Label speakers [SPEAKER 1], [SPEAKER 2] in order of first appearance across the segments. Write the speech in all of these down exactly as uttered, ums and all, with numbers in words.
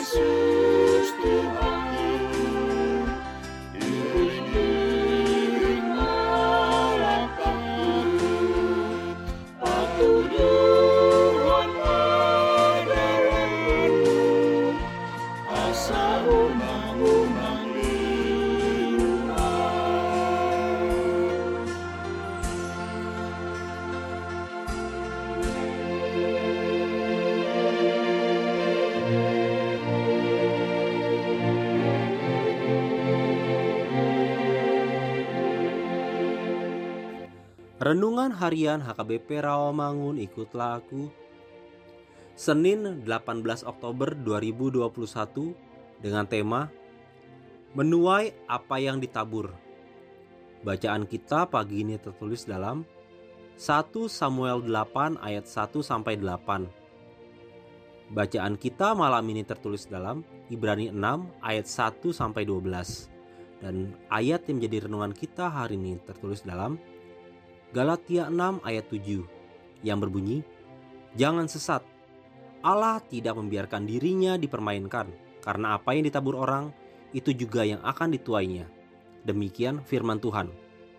[SPEAKER 1] Yesus Tuhanku, ikut diringlah takut, patuh Tuhan padawanmu, asa umang-umang di rumah.
[SPEAKER 2] Renungan Harian H K B P Rawamangun, ikutlah aku. Senin delapan belas Oktober dua ribu dua puluh satu dengan tema Menuai apa yang ditabur. Bacaan kita pagi ini tertulis dalam satu Samuel delapan ayat satu sampai delapan. Bacaan kita malam ini tertulis dalam Ibrani enam ayat satu sampai dua belas. Dan ayat yang menjadi renungan kita hari ini tertulis dalam Galatia enam ayat tujuh yang berbunyi, jangan sesat, Allah tidak membiarkan dirinya dipermainkan, karena apa yang ditabur orang, itu juga yang akan dituainya. Demikian firman Tuhan.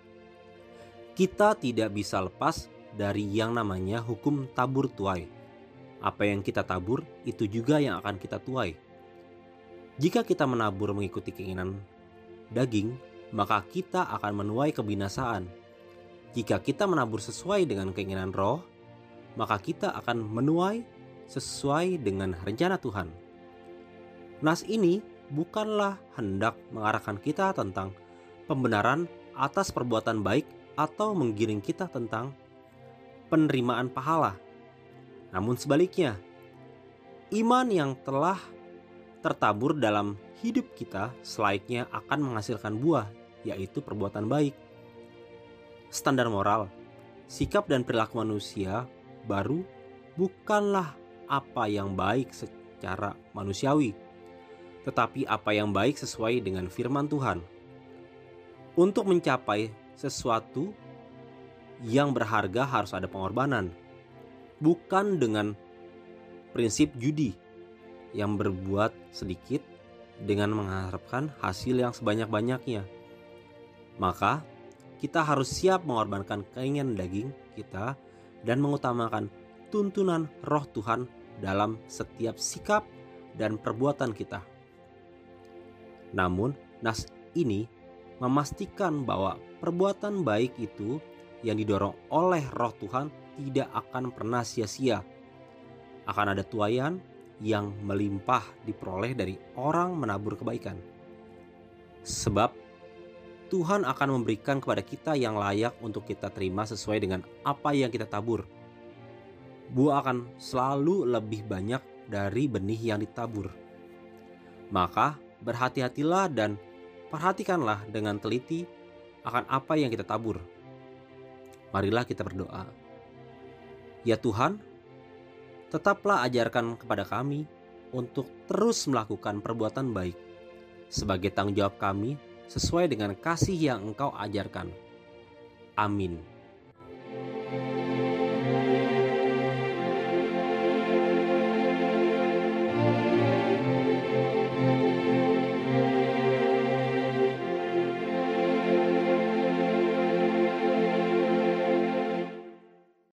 [SPEAKER 2] Kita tidak bisa lepas dari yang namanya hukum tabur tuai. Apa yang kita tabur, itu juga yang akan kita tuai. Jika kita menabur mengikuti keinginan daging, maka kita akan menuai kebinasaan. Jika kita menabur sesuai dengan keinginan roh, maka kita akan menuai sesuai dengan rencana Tuhan. Nas ini bukanlah hendak mengarahkan kita tentang pembenaran atas perbuatan baik atau menggiring kita tentang penerimaan pahala. Namun sebaliknya, iman yang telah tertabur dalam hidup kita selaiknya akan menghasilkan buah, yaitu perbuatan baik. Standar moral, sikap dan perilaku manusia baru bukanlah apa yang baik secara manusiawi, tetapi apa yang baik sesuai dengan firman Tuhan. Untuk mencapai sesuatu yang berharga harus ada pengorbanan, bukan dengan prinsip judi yang berbuat sedikit dengan mengharapkan hasil yang sebanyak-banyaknya. Maka kita harus siap mengorbankan keinginan daging kita dan mengutamakan tuntunan roh Tuhan dalam setiap sikap dan perbuatan kita. Namun, nas ini memastikan bahwa perbuatan baik itu yang didorong oleh roh Tuhan tidak akan pernah sia-sia. Akan ada tuaian yang melimpah diperoleh dari orang menabur kebaikan. Sebab Tuhan akan memberikan kepada kita yang layak untuk kita terima sesuai dengan apa yang kita tabur. Buah akan selalu lebih banyak dari benih yang ditabur. Maka berhati-hatilah dan perhatikanlah dengan teliti akan apa yang kita tabur. Marilah kita berdoa. Ya Tuhan, tetaplah ajarkan kepada kami untuk terus melakukan perbuatan baik sebagai tanggung jawab kami sesuai dengan kasih yang Engkau ajarkan. Amin.